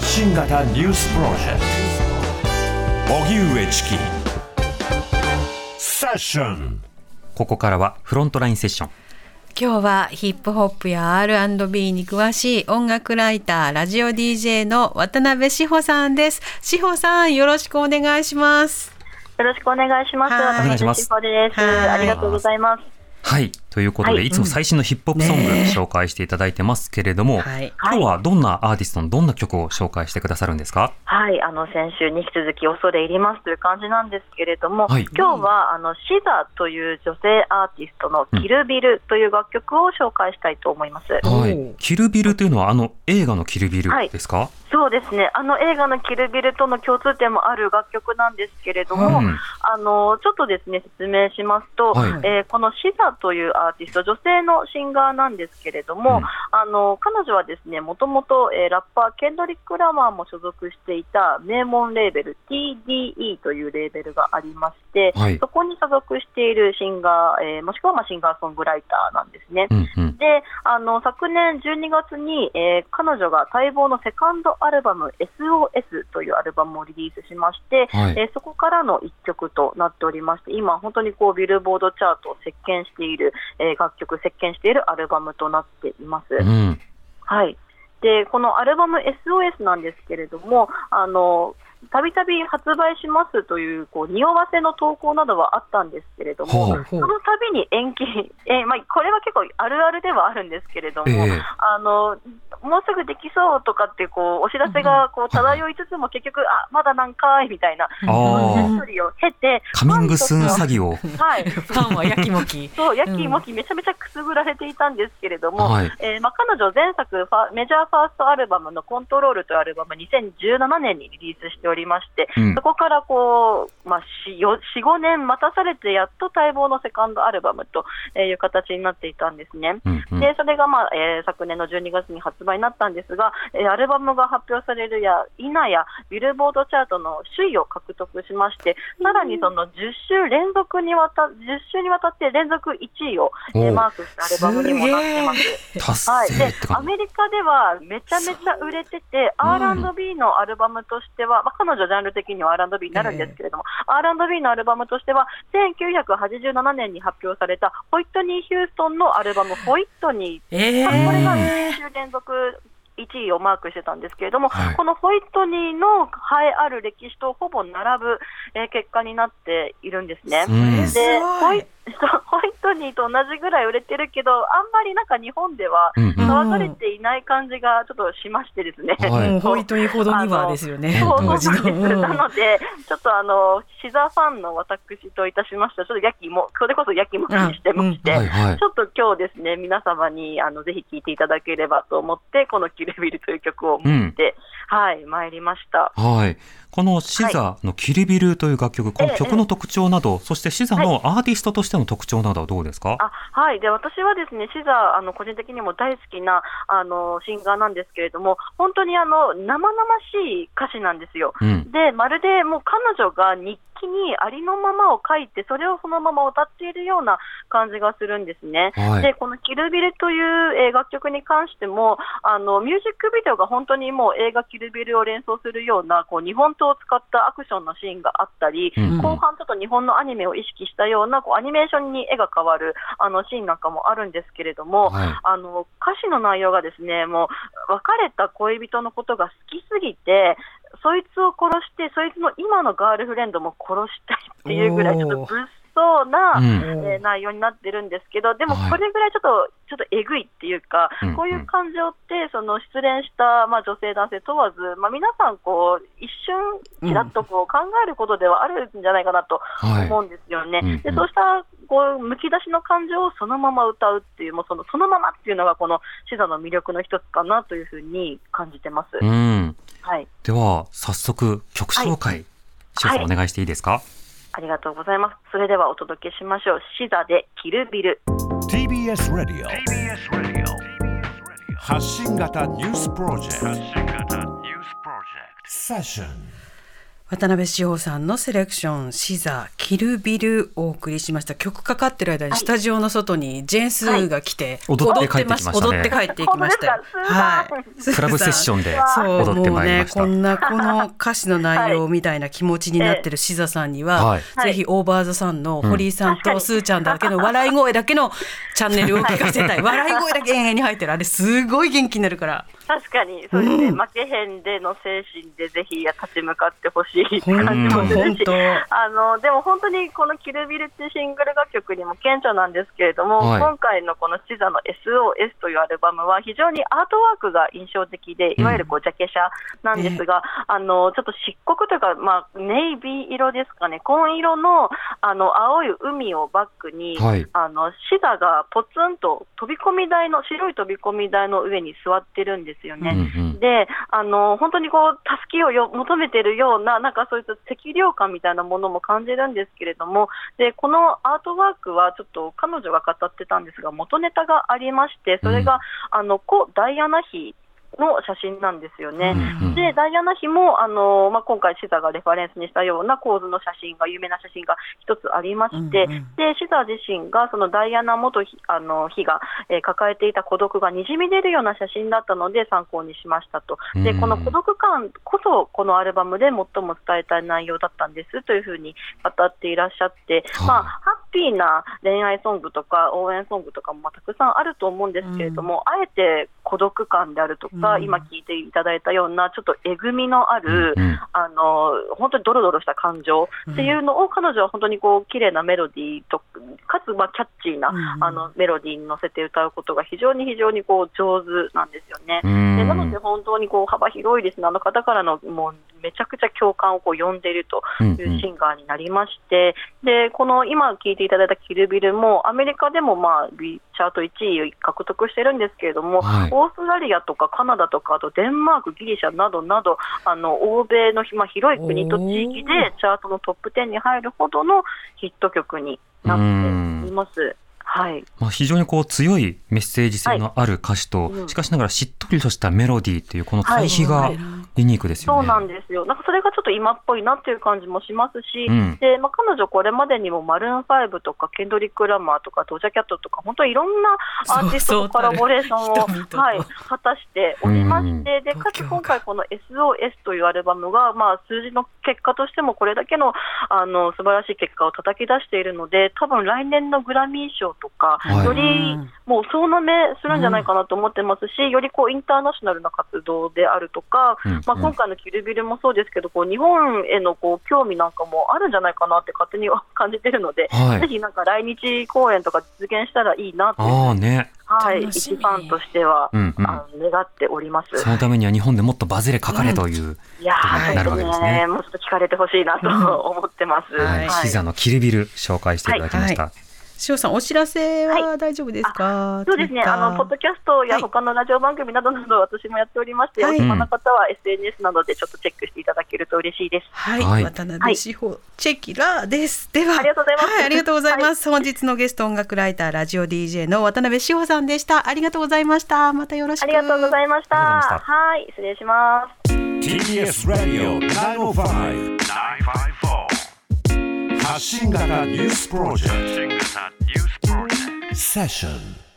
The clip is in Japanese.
発信型ニュースプロジェクト荻上チキセッション。 ここからはフロントラインセッション。 今日はヒップホップや R&B に詳しい音楽ライター、ラジオ DJ の渡辺志保さんです。志保さん、よろしくお願いします。 よろしくお願いします。 はい渡辺志保です。ありがとうございます。 はい、ということで、いつも最新のヒップホップソング紹介していただいてますけれども、今日はどんなアーティストのどんな曲を紹介してくださるんですか？ はい、先週に引き続き恐れ入りますという感じなんですけれども、今日はシザという女性アーティストのキルビルという楽曲を紹介したいと思います。 キルビルというのは映画のキルビルですか？ そうですね、映画のキルビルとの共通点もある楽曲なんですけれども、ちょっとですね説明しますと、このシザというアーティスト、女性のシンガーなんですけれども、彼女はですね、もともとラッパーケンドリック・ラマーも所属していた名門レーベル TDE というレーベルがありまして、そこに所属しているシンガー、もしくはシンガーソングライターなんですね。で、昨年12月に、彼女が待望のセカンドアルバム SOS というアルバムをリリースしまして、そこからの一曲となっておりまして、今本当にビルボードチャートを席巻している、楽曲席巻しているアルバムとなっています。はい。で、このアルバム SOS なんですけれども、たびたび発売しますという、匂わせの投稿などはあったんですけれども、そのたびに延期、これは結構あるあるではあるんですけれども、もうすぐできそうとかってお知らせが漂いつつも結局まだ何回みたいな処理を経て、 カミングスーン詐欺を、 ファンはやきもきそうやきもきめちゃめちゃくすぐられていたんですけれども、彼女前作メジャーファーストアルバムのコントロールというアルバム2017年にリリースしておりまして、そこから4、5年待たされてやっと待望のセカンドアルバムという形になっていたんですね。でそれが、昨年の12月に発売になったんですが、アルバムが発表されるや否やビルボードチャートの首位を獲得しまして、さらにその10週にわたって連続1位をマークしたアルバムにもなってます。でアメリカではめちゃめちゃ売れてて、R&B のアルバムとしては、彼女ジャンル的には R&B になるんですけれども、R&B のアルバムとしては1987年に発表されたホイットニー・ヒューストンのアルバムホイットニー、これが2週連続1位をマークしてたんですけれども、このホイットニーの栄えある歴史とほぼ並ぶ、結果になっているんですね。でホイットニーと同じぐらい売れてるけど、あんまり日本では騒がれていない感じがちょっとしましてですね、 ホイットニーほどにはですよね。 なのでちょっとシザファンの私といたしましては、ちょっとそれこそやきもきしてまして、ちょっと今日ですね、皆様にぜひ聴いていただければと思って、このキルビルという曲を持って、参りました。 このシザのキルビルという楽曲、この曲の特徴など、そしてシザのアーティストとしての特徴などはどうですか？ で私はですね、シザ個人的にも大好きなシンガーなんですけれども、本当に生々しい歌詞なんですよ。でまるでもう彼女が日記にありのままを書いて、それをそのまま歌っているような感じがするんですね。でこのキルビルという楽曲に関しても、ミュージックビデオが本当にもう映画キルビルを連想するような日本刀を使ったアクションのシーンがあったり、後半ちょっと日本のアニメを意識したようなアニメーションに絵が変わるシーンなんかもあるんですけれども、歌詞の内容がですね、もう別れた恋人のことが好きすぎて、そいつを殺して、そいつの今のガールフレンドも殺したいっていうぐらいちょっと物騒な、内容になってるんですけど、でもこれぐらいちょっとえぐいっていうか、こういう感情って失恋した、女性男性問わず、皆さん一瞬ちらっと考えることではあるんじゃないかなと思うんですよね。でそうしたむき出しの感情をそのまま歌うっていう、もうそのままっていうのがこのシザの魅力の一つかなというふうに感じてます。 では早速曲紹介、シザさんお願いしていいですか？ ありがとうございます。それではお届けしましょう。シザでキルビル。 TBS ラディオ発信型ニュースプロジェクトセッション。 渡辺志保さんのセレクション、シザキルビルお送りしました。曲かかってる間にスタジオの外にジェーンスーが来て、 踊って帰ってきましたね。 踊って帰っていきましたよ。 はい、クラブセッションで踊ってまいりました。 もうね、この歌詞の内容みたいな気持ちになってるシザさんには、ぜひオーバーザさんの堀井さんとスーちゃんだけの笑い声だけのチャンネルを聞かせたい。笑い声だけ延々に入ってる、あれすごい元気になるから。 確かにそうですね、負けへんでの精神でぜひ立ち向かってほしい感じもするし、でも本当にこのキルビルっていうシングル楽曲にも顕著なんですけれども、今回のこのシザの SOS というアルバムは非常にアートワークが印象的で、いわゆるジャケ写なんですが、ちょっと漆黒というか、ネイビー色ですかね、紺色の青い海をバックに、シザがポツンと飛び込み台の白い飛び込み台の上に座ってるんですよね。で、本当にこう助けを求めているような、なんかそういう赤涼感みたいなものも感じるんですけれども、でこのアートワークはちょっと彼女が語ってたんですが、元ネタがありまして、それが故ダイアナ妃の写真なんですよね。でダイアナ妃も今回シザがレファレンスにしたような構図の写真が、有名な写真が一つありまして、でシザ自身がそのダイアナ元妃が、抱えていた孤独がにじみ出るような写真だったので参考にしましたと。でこの孤独感こそこのアルバムで最も伝えたい内容だったんですというふうに語っていらっしゃって、ハッピーな恋愛ソングとか応援ソングとかもたくさんあると思うんですけれども、あえて孤独感であるとか、今聞いていただいたようなちょっとえぐみのある、本当にドロドロした感情っていうのを彼女は本当にこう綺麗なメロディーとかつキャッチーな、メロディーに乗せて歌うことが非常にこう上手なんですよね。でなので本当にこう幅広いリスナーの方からのもうめちゃくちゃ共感をこう呼んでいるというシンガーになりまして、でこの今聞いていただいたキルビルもアメリカでもチャート1位を獲得してるんですけれども、オーストラリアとかカナダとか、あとデンマーク、ギリシャなどなど欧米の広い国と地域でチャートのトップ10に入るほどのヒット曲になっています。 非常にこう強いメッセージ性のある歌詞と、しかしながらしっとりとしたメロディーというこの対比がユニークですよね。 そうなんですよ。なんかそれがちょっと今っぽいなっていう感じもしますし、で彼女これまでにもマルーン5とかケンドリック・ラマーとかドジャキャットとか本当にいろんなアーティストとコラボレーションを果たしておりまして、でかつ今回この SOS というアルバムが数字の結果としてもこれだけの素晴らしい結果を叩き出しているので、多分来年のグラミー賞とかよりもう総なめするんじゃないかなと思ってますし、よりこうインターナショナルな活動であるとか、今回のキルビルもそうですけど、こう日本へのこう興味なんかもあるんじゃないかなって勝手に感じているので、ぜひなんか来日公演とか実現したらいいなというふうに一ファンとしては、願っております。 そのためには日本でもっとバズれかかれということになるわけですね。 もうちょっと聞かれてほしいなと思ってます。 シザのキルビル紹介していただきました。 しおさん、お知らせは大丈夫ですか？ そうですね、ポッドキャストや他のラジオ番組などなど私もやっておりまして、お暇な方は SNS などでちょっとチェックしていただけると嬉しいです。 渡辺志保チェキラーです。ではありがとうございます。 ありがとうございます。本日のゲスト、音楽ライター、ラジオ DJ の渡辺志保さんでした。ありがとうございました。またよろしく。 ありがとうございました。はい、失礼します。 TBS Radio 905-954発信型ニュースプロジェクトセッション